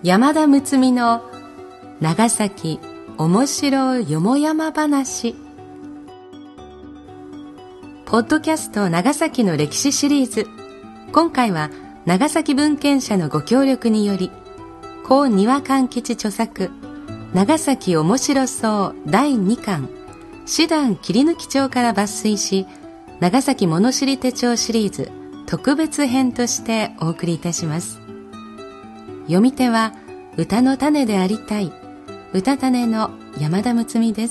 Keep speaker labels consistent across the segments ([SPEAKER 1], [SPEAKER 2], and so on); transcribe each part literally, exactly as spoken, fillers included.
[SPEAKER 1] 山田睦美の長崎おもしろよもやま話。ポッドキャスト長崎の歴史シリーズ。今回は長崎文献社のご協力により、高庭勘吉著作長崎おもしろそうだいにかん師団切り抜き帳から抜粋し、長崎物知り手帳シリーズ特別編としてお送りいたします。読み手は歌の種でありたい歌種の山田睦美です。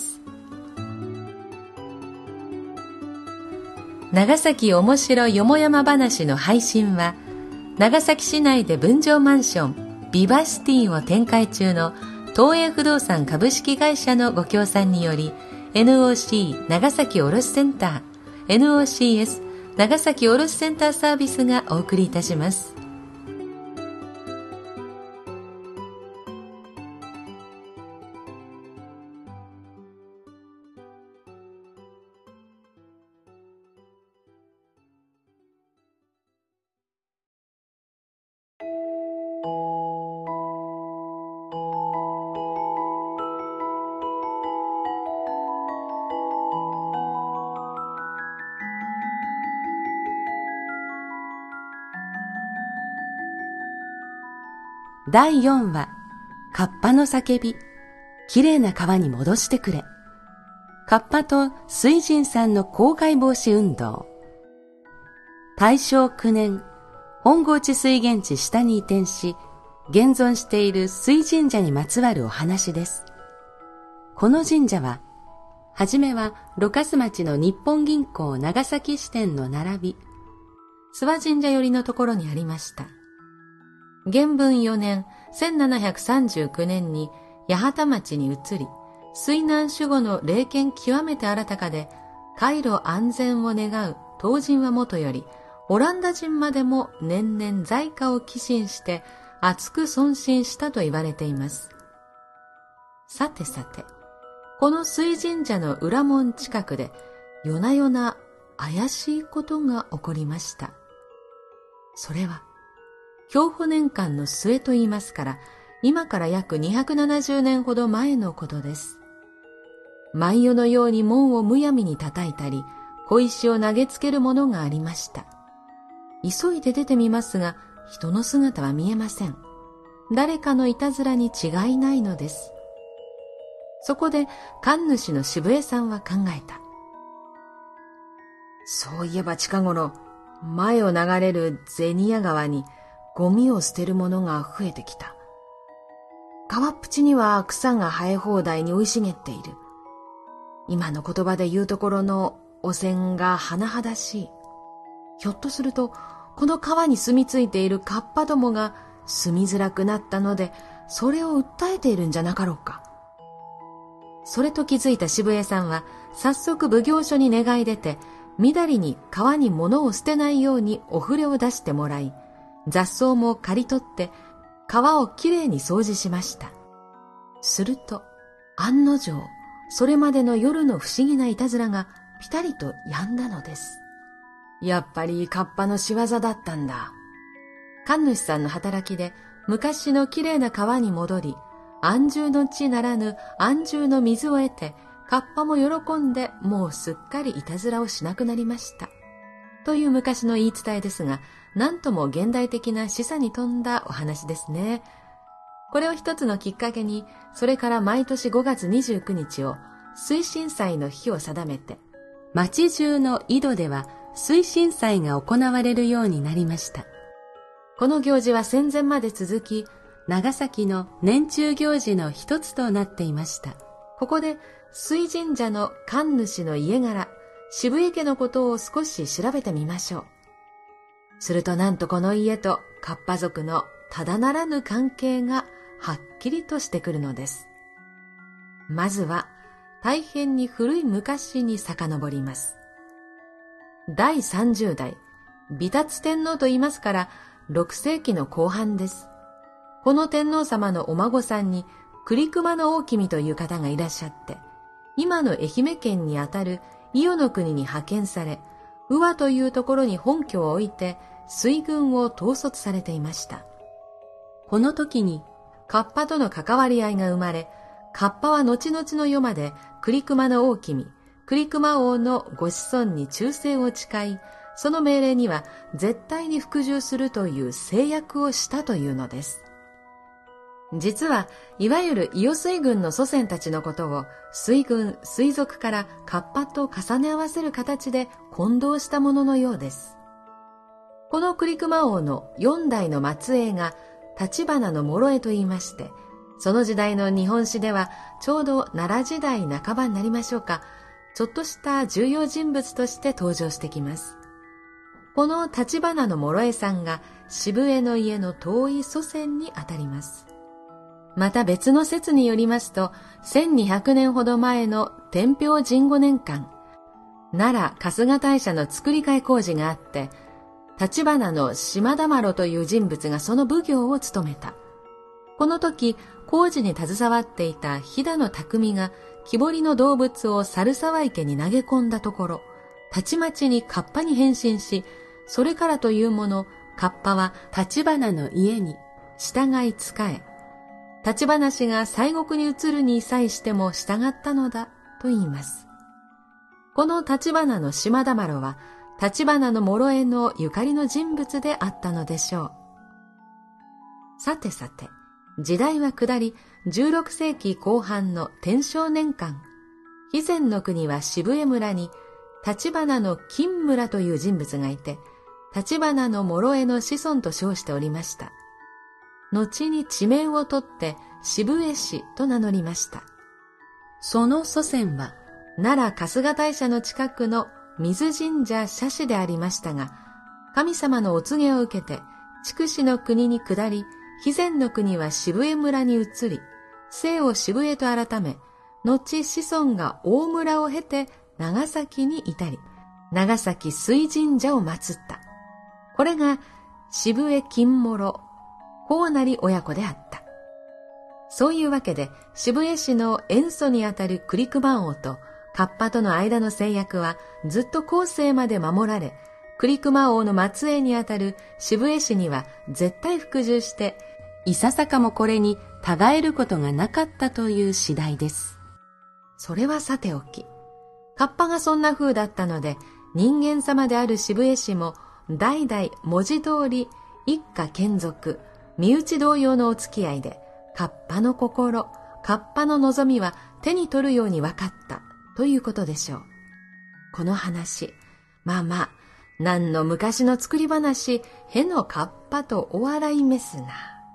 [SPEAKER 1] 長崎おもしろよもやま話の配信は、長崎市内で分譲マンションビバシティを展開中の東映不動産株式会社のご協賛により、 エヌオーシー 長崎卸センター エヌオーシーエス 長崎卸センターサービスがお送りいたします。だいよんわ、カッパの叫び、きれいな川に戻してくれ。カッパと水神さんの公害防止運動。大正きゅうねん、本河内水源地下に移転し、現存している水神社にまつわるお話です。この神社は、はじめは六粕町の日本銀行長崎支店の並び、諏訪神社寄りのところにありました。元文よねん、せんななひゃくさんじゅうきゅうねんに八幡町に移り、水難守護の霊験極めて新たかで、海路安全を願う東神はもとより、オランダ人までも年々財貨を寄進して厚く尊信したと言われています。さてさて、この水神社の裏門近くで夜な夜な怪しいことが起こりました。それは享保年間の末と言いますから、今から約にひゃくななじゅうねんほど前のことです。毎夜のように門をむやみに叩いたり、小石を投げつけるものがありました。急いで出てみますが、人の姿は見えません。誰かのいたずらに違いないのです。そこで神主の渋江さんは考えた。そういえば近頃、前を流れる銭屋川にゴミを捨てるものが増えてきた。川っぷちには草が生え放題に生い茂っている。今の言葉で言うところの汚染が甚だしい。ひょっとすると、この川に住み着いているカッパどもが住みづらくなったので、それを訴えているんじゃなかろうか。それと気づいた渋江さんは、早速奉行所に願い出て、みだりに川に物を捨てないようにお触れを出してもらい、雑草も刈り取って川をきれいに掃除しました。すると案の定、それまでの夜の不思議ないたずらがぴたりと止んだのです。やっぱりカッパの仕業だったんだ。神主さんの働きで昔のきれいな川に戻り、安住の地ならぬ安住の水を得て、カッパも喜んでもうすっかりいたずらをしなくなりましたという昔の言い伝えですが、なんとも現代的な示唆に富んだお話ですね。これを一つのきっかけに、それから毎年ごがつにじゅうくにちを水神祭の日を定めて、町中の井戸では水神祭が行われるようになりました。この行事は戦前まで続き、長崎の年中行事の一つとなっていました。ここで水神社の神主の家柄、渋江家のことを少し調べてみましょう。するとなんとこの家とカッパ族のただならぬ関係がはっきりとしてくるのです。まずは大変に古い昔に遡ります。だいさんじゅうだい、美達天皇と言いますからろくせいきの後半です。この天皇様のお孫さんに栗熊の大君という方がいらっしゃって、今の愛媛県にあたる伊予の国に派遣され、宇和というところに本拠を置いて水軍を統率されていました。この時にカッパとの関わり合いが生まれ、カッパは後々の世まで栗熊の王君、栗熊王のご子孫に忠誠を誓い、その命令には絶対に服従するという誓約をしたというのです。実は、いわゆる伊予水軍の祖先たちのことを水軍、水族からカッパと重ね合わせる形で混同したもののようです。この栗熊王の四代の末裔が立花の諸江と言いまして、その時代の日本史ではちょうど奈良時代半ばになりましょうか、ちょっとした重要人物として登場してきます。この立花の諸江さんが渋江の家の遠い祖先にあたります。また別の説によりますと、せんにひゃくねんほど前の天平じゅうごねんかん、奈良春日大社の作り替え工事があって、立花の島田麻呂という人物がその奉行を務めた。この時、工事に携わっていた飛騨の匠が木彫りの動物を猿沢池に投げ込んだところ、たちまちにカッパに変身し、それからというもの、カッパは立花の家に従い仕え、立花氏が西国に移るに際しても従ったのだと言います。この立花の島田麻呂は、立花の諸江のゆかりの人物であったのでしょう。さてさて、時代は下り、じゅうろくせいきこう半の天正年間、肥前の国は渋江村に、立花の金村という人物がいて、立花の諸江の子孫と称しておりました。後に地名を取って渋江氏と名乗りました。その祖先は奈良春日大社の近くの水神社社氏でありましたが、神様のお告げを受けて筑紫の国に下り、肥前の国は渋江村に移り、姓を渋江と改め、後子孫が大村を経て長崎に至り、長崎水神社を祀った。これが渋江金諸幸成親子であった。そういうわけで、渋江氏の遠祖にあたる栗熊王とカッパとの間の誓約はずっと後世まで守られ、栗熊王の末裔にあたる渋江氏には絶対服従して、いささかもこれに違えることがなかったという次第です。それはさておき、カッパがそんな風だったので、人間様である渋江氏も代々文字通り一家眷属、身内同様のお付き合いで、カッパの心、カッパの望みは手に取るように分かったということでしょう。この話、まあまあ、何の昔の作り話、へのカッパとお笑いめすな。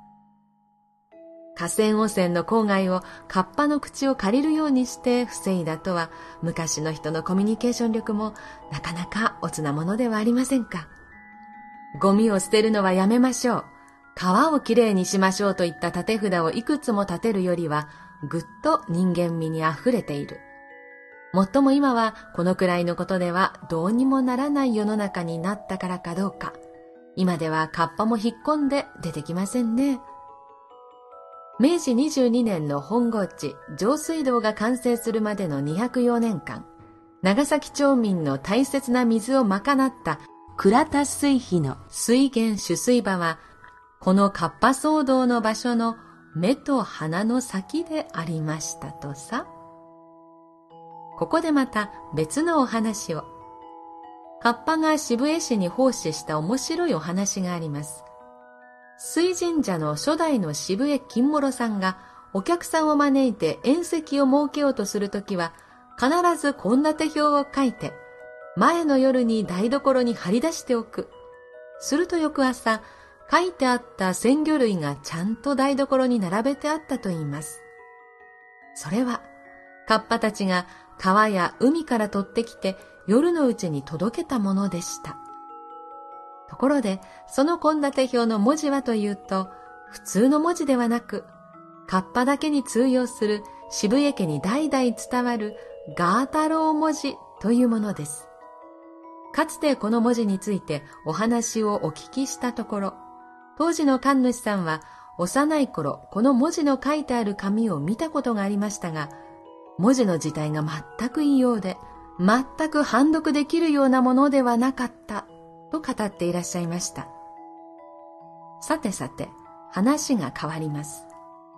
[SPEAKER 1] 河川汚染の郊外をカッパの口を借りるようにして防いだとは、昔の人のコミュニケーション力もなかなかおつなものではありませんか。ゴミを捨てるのはやめましょう。川をきれいにしましょうといった立て札をいくつも立てるよりは、ぐっと人間味にあふれている。もっとも今はこのくらいのことではどうにもならない世の中になったからかどうか、今ではカッパも引っ込んで出てきませんね。めいじにじゅうにねんの本郷地上水道が完成するまでのにひゃくよねんかん、長崎町民の大切な水を賄った倉田水費の水源取水場は、このカッパ騒動の場所の目と鼻の先でありましたとさ。ここでまた別のお話を。カッパが渋江市に奉仕した面白いお話があります。水神社の初代の渋江金諸さんがお客さんを招いて宴席を設けようとするときは、必ず献立表を書いて、前の夜に台所に張り出しておく。すると翌朝、書いてあった鮮魚類がちゃんと台所に並べてあったといいます。それは、カッパたちが川や海から取ってきて夜のうちに届けたものでした。ところで、その献立表の文字はというと、普通の文字ではなく、カッパだけに通用する渋江家に代々伝わるガータロー文字というものです。かつてこの文字についてお話をお聞きしたところ、当時の神主さんは幼い頃この文字の書いてある紙を見たことがありましたが、文字の字体が全く異様で、全く判読できるようなものではなかったと語っていらっしゃいました。さてさて、話が変わります。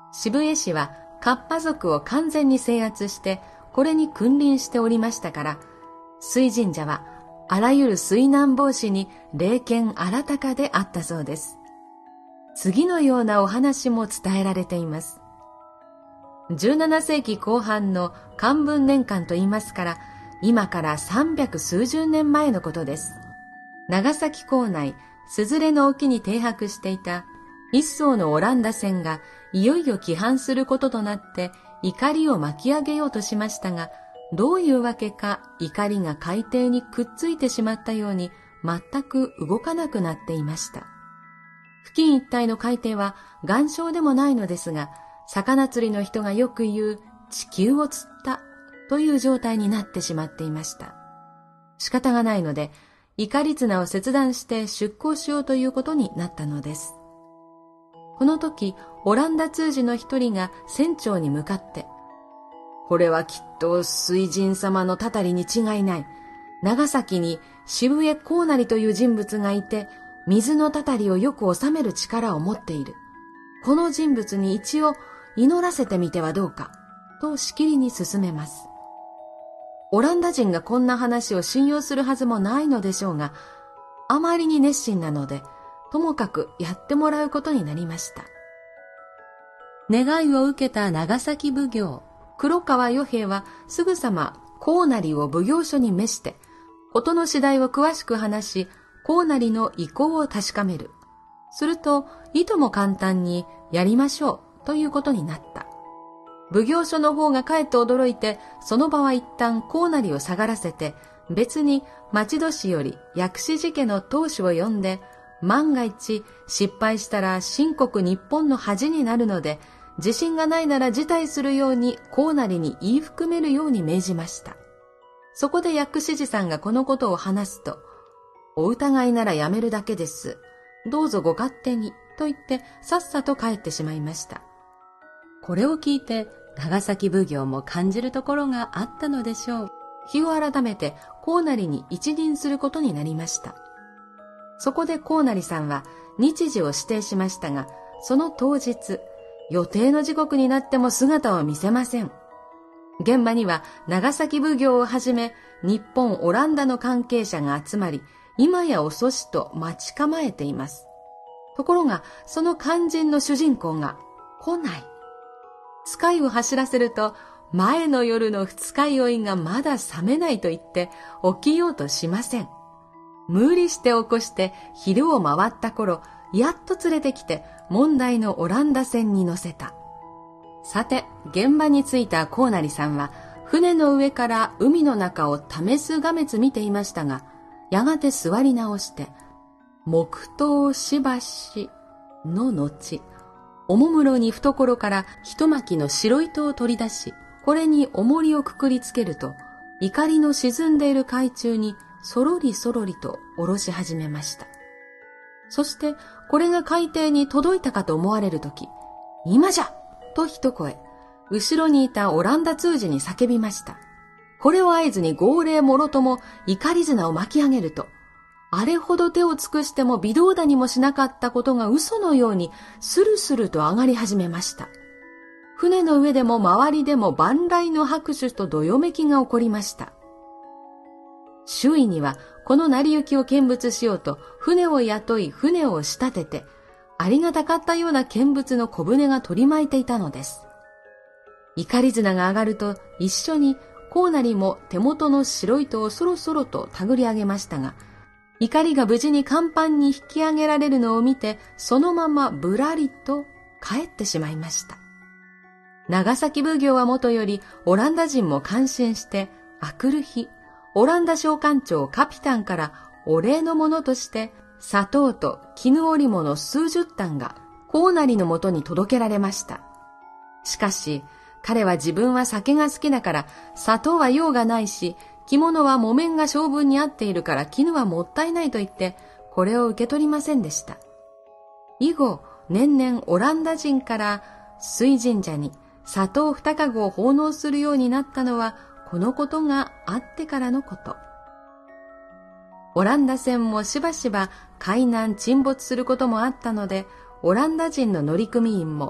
[SPEAKER 1] 渋江氏はカッパ族を完全に制圧して、これに君臨しておりましたから、水神社はあらゆる水難防止に霊験あらたかであったそうです。次のようなお話も伝えられています。じゅうななせいきこう半の寛文年間と言いますから、今から三百数十年前のことです。長崎港内、すずれの沖に停泊していた一艘のオランダ船がいよいよ帰還することとなって怒りを巻き上げようとしましたが、どういうわけか怒りが海底にくっついてしまったように全く動かなくなっていました。付近一帯の海底は岩礁でもないのですが、魚釣りの人がよく言う地球を釣ったという状態になってしまっていました。仕方がないので、怒り綱を切断して出港しようということになったのです。この時、オランダ通詞の一人が船長に向かって、これはきっと水神様のたたりに違いない。長崎に渋江幸成という人物がいて、水のたたりをよく収める力を持っている。この人物に一応祈らせてみてはどうか、としきりに勧めます。オランダ人がこんな話を信用するはずもないのでしょうが、あまりに熱心なので、ともかくやってもらうことになりました。願いを受けた長崎奉行、黒川与兵衛はすぐさま幸成を奉行所に召して、事の次第を詳しく話し、幸成の意向を確かめる。すると、いとも簡単にやりましょうということになった。奉行所の方がかえって驚いて、その場は一旦幸成を下がらせて、別に町戸氏より薬師寺家の当主を呼んで、万が一失敗したら秦国日本の恥になるので、自信がないなら辞退するように幸成に言い含めるように命じました。そこで薬師寺さんがこのことを話すと、お疑いならやめるだけです。どうぞご勝手に、と言ってさっさと帰ってしまいました。これを聞いて長崎奉行も感じるところがあったのでしょう。日を改めて幸成に一任することになりました。そこで幸成さんは日時を指定しましたが、その当日、予定の時刻になっても姿を見せません。現場には長崎奉行をはじめ日本オランダの関係者が集まり、今や遅しと待ち構えています。ところがその肝心の主人公が来ない。使いを走らせると、前の夜の二日酔いがまだ覚めないと言って起きようとしません。無理して起こして昼を回った頃、やっと連れてきて問題のオランダ船に乗せた。さて、現場に着いた幸成さんは船の上から海の中を試すがめつ見ていましたが、やがて座り直して、黙祷しばしの後、おもむろに懐から一巻きの白糸を取り出し、これに重りをくくりつけると、怒りの沈んでいる海中にそろりそろりと下ろし始めました。そしてこれが海底に届いたかと思われるとき、今じゃと一声、後ろにいたオランダ通詞に叫びました。これを合図に号令もろとも怒り綱を巻き上げると、あれほど手を尽くしても微動だにもしなかったことが嘘のようにスルスルと上がり始めました。船の上でも周りでも万来の拍手とどよめきが起こりました。周囲にはこの成り行きを見物しようと船を雇い船を仕立てて、ありがたかったような見物の小舟が取り巻いていたのです。怒り綱が上がると一緒に幸成も手元の白糸をそろそろと手繰り上げましたが、怒りが無事に甲板に引き上げられるのを見て、そのままぶらりと帰ってしまいました。長崎奉行はもとよりオランダ人も感心して、あくる日、オランダ商館長カピタンからお礼のものとして砂糖と絹織物数十単が幸成のもとに届けられました。しかし彼は自分は酒が好きだから砂糖は用がないし、着物は木綿が性分に合っているから絹はもったいないと言ってこれを受け取りませんでした。以後年々オランダ人から水神社に砂糖二かごを奉納するようになったのはこのことがあってからのこと。オランダ船もしばしば海難沈没することもあったので、オランダ人の乗組員も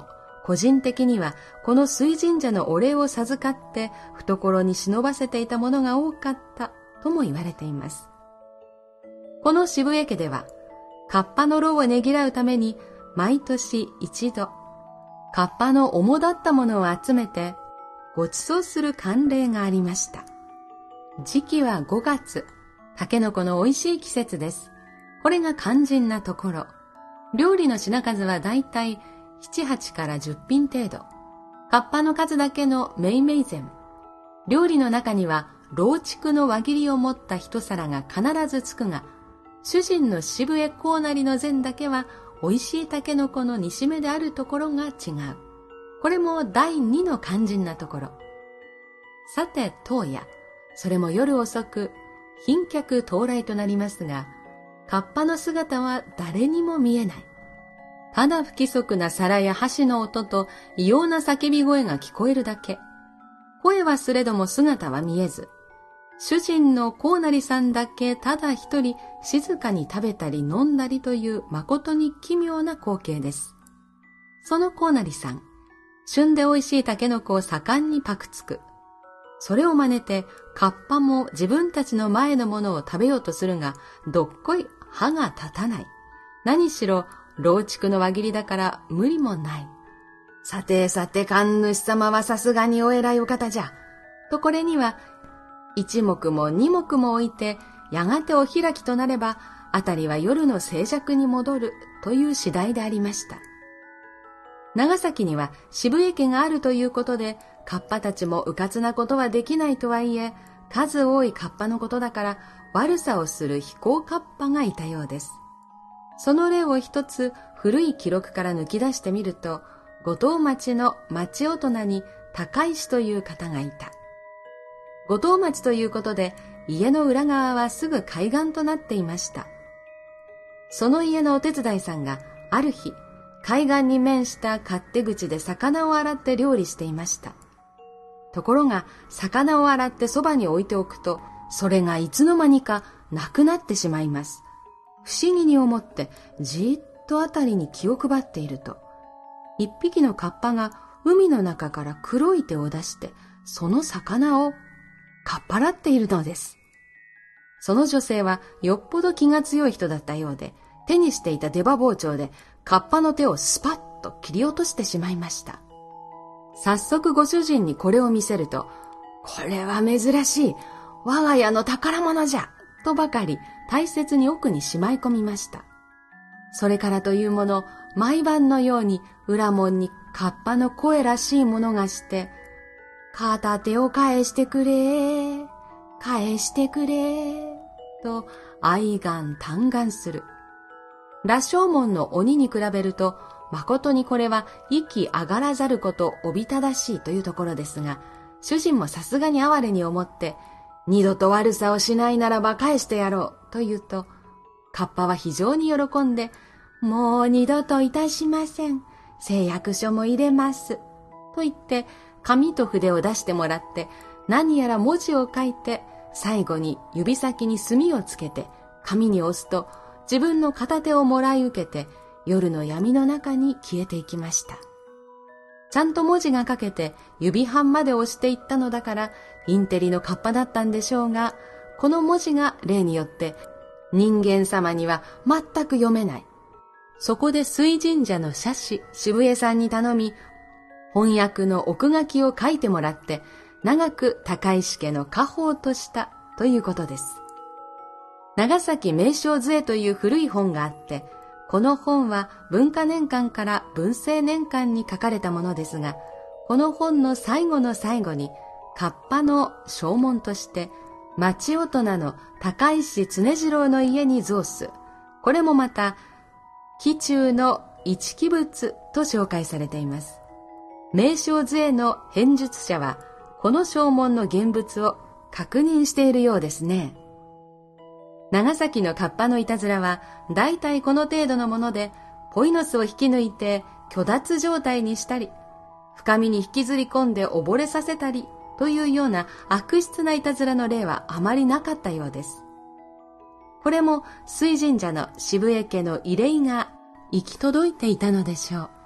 [SPEAKER 1] 個人的にはこの水神社のお礼を授かって懐に忍ばせていたものが多かったとも言われています。この渋江家では、カッパの労をねぎらうために毎年一度、カッパの主だったものを集めてご馳走する慣例がありました。時期はごがつ、タケノコの美味しい季節です。これが肝心なところ。料理の品数はだいたいなな、はちからじゅっぴん程度。カッパの数だけのメイメイ膳。料理の中には、老竹の輪切りを持った一皿が必ずつくが、主人の渋江幸成の膳だけは、美味しいタケノコの煮しめであるところが違う。これもだいにの肝心なところ。さて、当夜、それも夜遅く、賓客到来となりますが、カッパの姿は誰にも見えない。ただ不規則な皿や箸の音と異様な叫び声が聞こえるだけ。声はすれども姿は見えず、主人の幸成さんだけただ一人静かに食べたり飲んだりという誠に奇妙な光景です。その幸成さん、旬で美味しいタケノコを盛んにパクつく。それを真似てカッパも自分たちの前のものを食べようとするが、どっこい歯が立たない。何しろ老竹の輪切りだから無理もない。さてさて神主様はさすがにお偉いお方じゃ。とこれには一目も二目も置いて、やがてお開きとなれば、あたりは夜の静寂に戻るという次第でありました。長崎には渋江家があるということで、カッパたちも迂闊なことはできないとはいえ、数多いカッパのことだから悪さをする非行カッパがいたようです。その例を一つ古い記録から抜き出してみると、五島町の町大人に高石という方がいた。五島町ということで、家の裏側はすぐ海岸となっていました。その家のお手伝いさんがある日、海岸に面した勝手口で魚を洗って料理していました。ところが、魚を洗ってそばに置いておくと、それがいつの間にかなくなってしまいます。不思議に思ってじっとあたりに気を配っていると、一匹のカッパが海の中から黒い手を出して、その魚をかっぱらっているのです。その女性はよっぽど気が強い人だったようで、手にしていた出刃包丁でカッパの手をスパッと切り落としてしまいました。早速ご主人にこれを見せると、これは珍しい、我が家の宝物じゃ、とばかり大切に奥にしまい込みました。それからというもの、毎晩のように裏門にカッパの声らしいものがして、片手を返してくれ、返してくれ、と愛願嘆願する。羅生門の鬼に比べると、誠にこれは息上がらざることおびただしいというところですが、主人もさすがに哀れに思って、二度と悪さをしないならば返してやろうと言うと、カッパは非常に喜んで、もう二度といたしません。誓約書も入れます。と言って、紙と筆を出してもらって、何やら文字を書いて、最後に指先に墨をつけて、紙に押すと、自分の片手をもらい受けて、夜の闇の中に消えていきました。ちゃんと文字が書けて、指半まで押していったのだから、インテリのカッパだったんでしょうが、この文字が例によって、人間様には全く読めない。そこで水神社の社司、渋江さんに頼み、翻訳の奥書きを書いてもらって、長く高石家の家宝としたということです。長崎名勝図会という古い本があって、この本は文化年間から文政年間に書かれたものですが、この本の最後の最後に、カッパの証文として、町大人の高石常次郎の家に蔵す。これもまた、紀中の一器物と紹介されています。名勝図会の編述者は、この証文の現物を確認しているようですね。長崎のカッパのいたずらは、だいたいこの程度のもので、ポイノスを引き抜いて虚脱状態にしたり、深みに引きずり込んで溺れさせたり、というような悪質ないたずらの例はあまりなかったようです。これも水神社の渋江家の慰霊が行き届いていたのでしょう。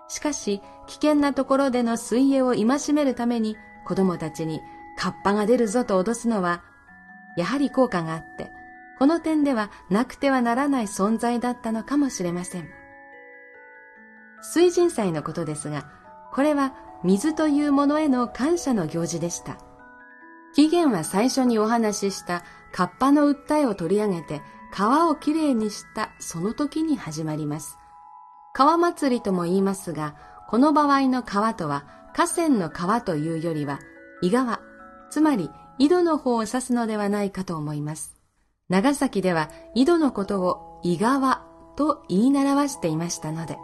[SPEAKER 1] しかし、危険なところでの水泳を戒めるために子供たちにカッパが出るぞと脅すのは、やはり効果があって、この点ではなくてはならない存在だったのかもしれません。水神祭のことですが、これは水というものへの感謝の行事でした。起源は最初にお話ししたカッパの訴えを取り上げて川をきれいにしたその時に始まります。川祭りとも言いますが、この場合の川とは河川の川というよりは井川、つまり井戸の方を指すのではないかと思います。長崎では井戸のことを井川と言い習わしていましたので。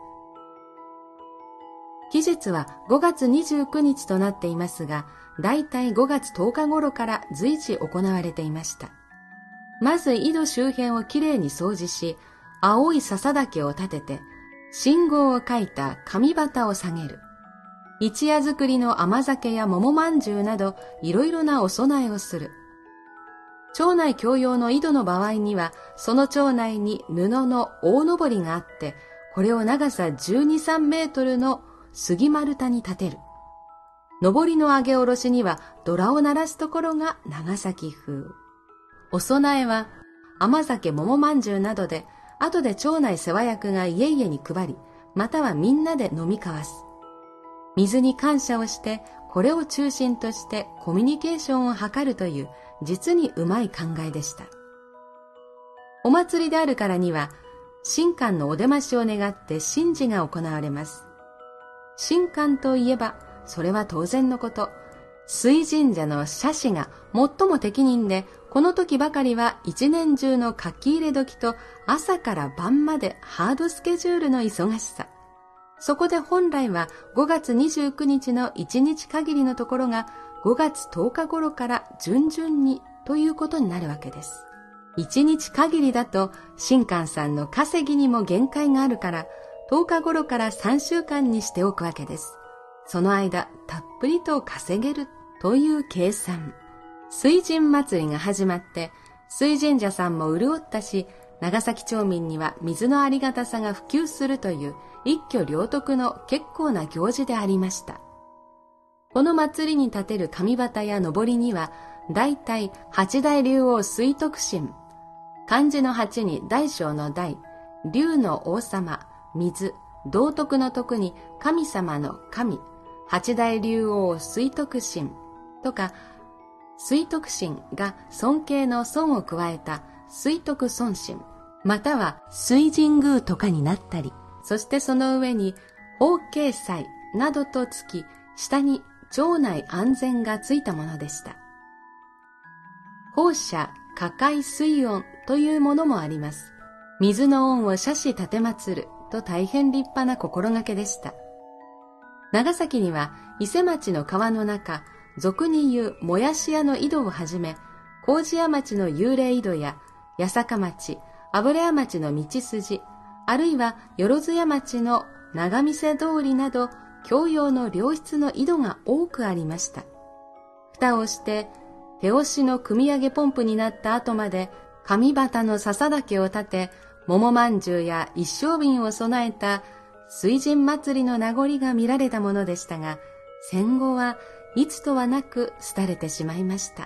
[SPEAKER 1] 期日はごがつにじゅうくにちとなっていますが、だいたいごがつとおか頃から随時行われていました。まず井戸周辺をきれいに掃除し、青い笹竹を立てて、信号を書いた紙旗を下げる。一夜作りの甘酒や桃まんじゅうなどいろいろなお供えをする。町内共用の井戸の場合には、その町内に布の大のぼりがあって、これを長さじゅうに、さんメートルの杉丸太に立てる。のぼりの上げ下ろしにはドラを鳴らすところが長崎風。お供えは甘酒桃まんじゅうなどで、後で町内世話役が家々に配り、またはみんなで飲み交わす。水に感謝をして、これを中心としてコミュニケーションを図るという実にうまい考えでした。お祭りであるからには、神官のお出ましを願って神事が行われます。神官といえば、それは当然のこと。水神社の社司が最も適任で、この時ばかりは一年中の書き入れ時と朝から晩までハードスケジュールの忙しさ。そこで本来はごがつにじゅうくにちのいちにち限りのところがごがつとおか頃から順々にということになるわけです。いちにち限りだと神官さんの稼ぎにも限界があるからとおか頃からさんしゅうかんにしておくわけです。その間たっぷりと稼げるという計算。水神祭りが始まって水神社さんも潤ったし、長崎町民には水のありがたさが普及するという一挙両得の結構な行事でありました。この祭りに立てる神旗やのぼりには、だいたい八大竜王水徳神、漢字の八に大小の大、竜の王様、水、道徳の徳に神様の神、八大竜王水徳神とか、水徳神が尊敬の尊を加えた水徳尊神、または水神宮とかになったり、そしてその上に法慶祭などとつき、下に町内安全がついたものでした。法社下界水恩というものもあります。水の恩を社し立て祀ると大変立派な心がけでした。長崎には伊勢町の川の中、俗に言うもやし屋の井戸をはじめ、麹屋町の幽霊井戸や八坂町、油屋町の道筋、あるいはよろずや町の長店通りなど共用の良質の井戸が多くありました。蓋をして手押しの汲み上げポンプになった後まで神旗の笹竹を立て、桃まんじゅうや一升瓶を備えた水神祭りの名残が見られたものでしたが、戦後はいつとはなく廃れてしまいました。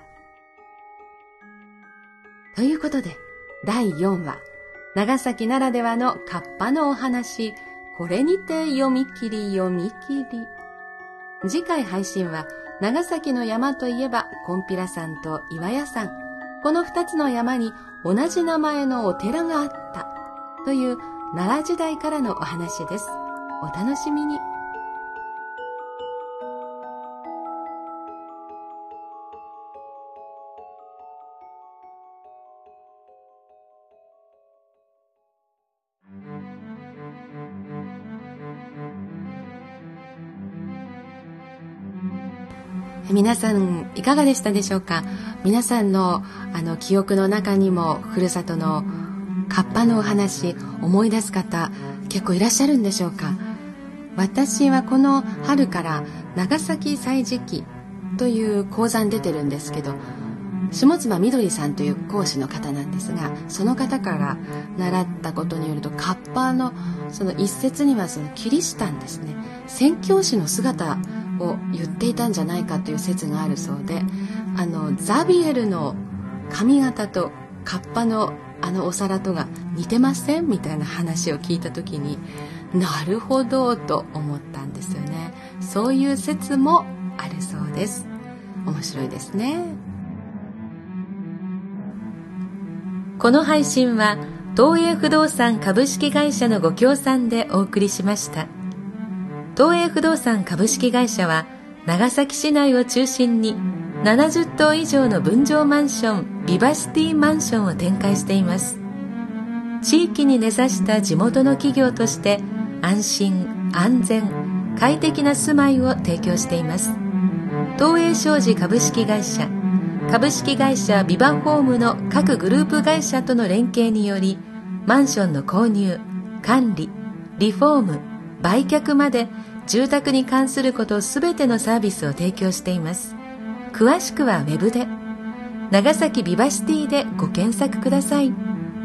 [SPEAKER 1] ということで、だいよんわ、長崎ならではのカッパのお話、これにて読み切り読み切り。次回配信は、長崎の山といえば、こんぴら山と岩屋山。この二つの山に同じ名前のお寺があった、という奈良時代からのお話です。お楽しみに。皆さんいかがでしたでしょうか。皆さんのあの記憶の中にもふるさとのカッパのお話思い出す方結構いらっしゃるんでしょうか。私はこの春から長崎歳時記という講座に出てるんですけど、 下妻みどりさんという講師の方なんですが、その方から習ったことによると、カッパのその一節にはそのキリシタンですね、宣教師の姿を言っていたんじゃないかという説があるそうで、あのザビエルの髪型とカッパのあのお皿とが似てませんみたいな話を聞いた時に、なるほどと思ったんですよね。そういう説もあるそうです。面白いですね。この配信は東映不動産株式会社のご協賛でお送りしました。東映不動産株式会社は長崎市内を中心にななじゅっとう以上の分譲マンション、ビバシティマンションを展開しています。地域に根ざした地元の企業として安心安全快適な住まいを提供しています。東映商事株式会社、株式会社ビバホームの各グループ会社との連携により、マンションの購入、管理、リフォーム、売却まで住宅に関することすべてのサービスを提供しています。詳しくはウェブで長崎ビバシティでご検索ください。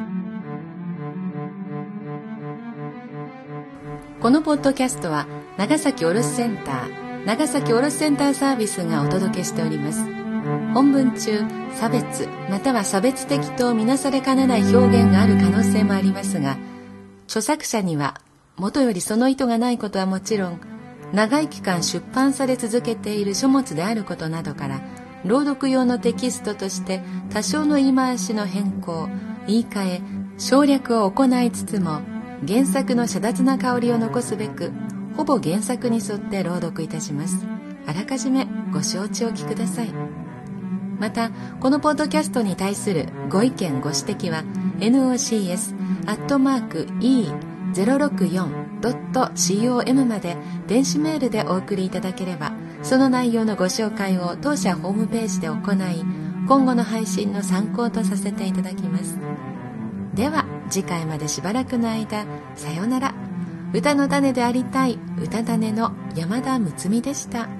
[SPEAKER 1] このポッドキャストは長崎卸センター長崎卸センターサービスがお届けしております。本文中、差別または差別的とみなされかねない表現がある可能性もありますが、著作者にはもとよりその意図がないことはもちろん、長い期間出版され続けている書物であることなどから、朗読用のテキストとして多少の言い回しの変更、言い換え、省略を行いつつも、原作の遮奪な香りを残すべく、ほぼ原作に沿って朗読いたします。あらかじめご承知おきください。また、このポッドキャストに対するご意見ご指摘は エヌオーシーエス アットマーク イーゼロろくよん ドット コム まで電子メールでお送りいただければ、その内容のご紹介を当社ホームページで行い、今後の配信の参考とさせていただきます。では次回までしばらくの間、さようなら。歌の種でありたい歌種の山田睦美でした。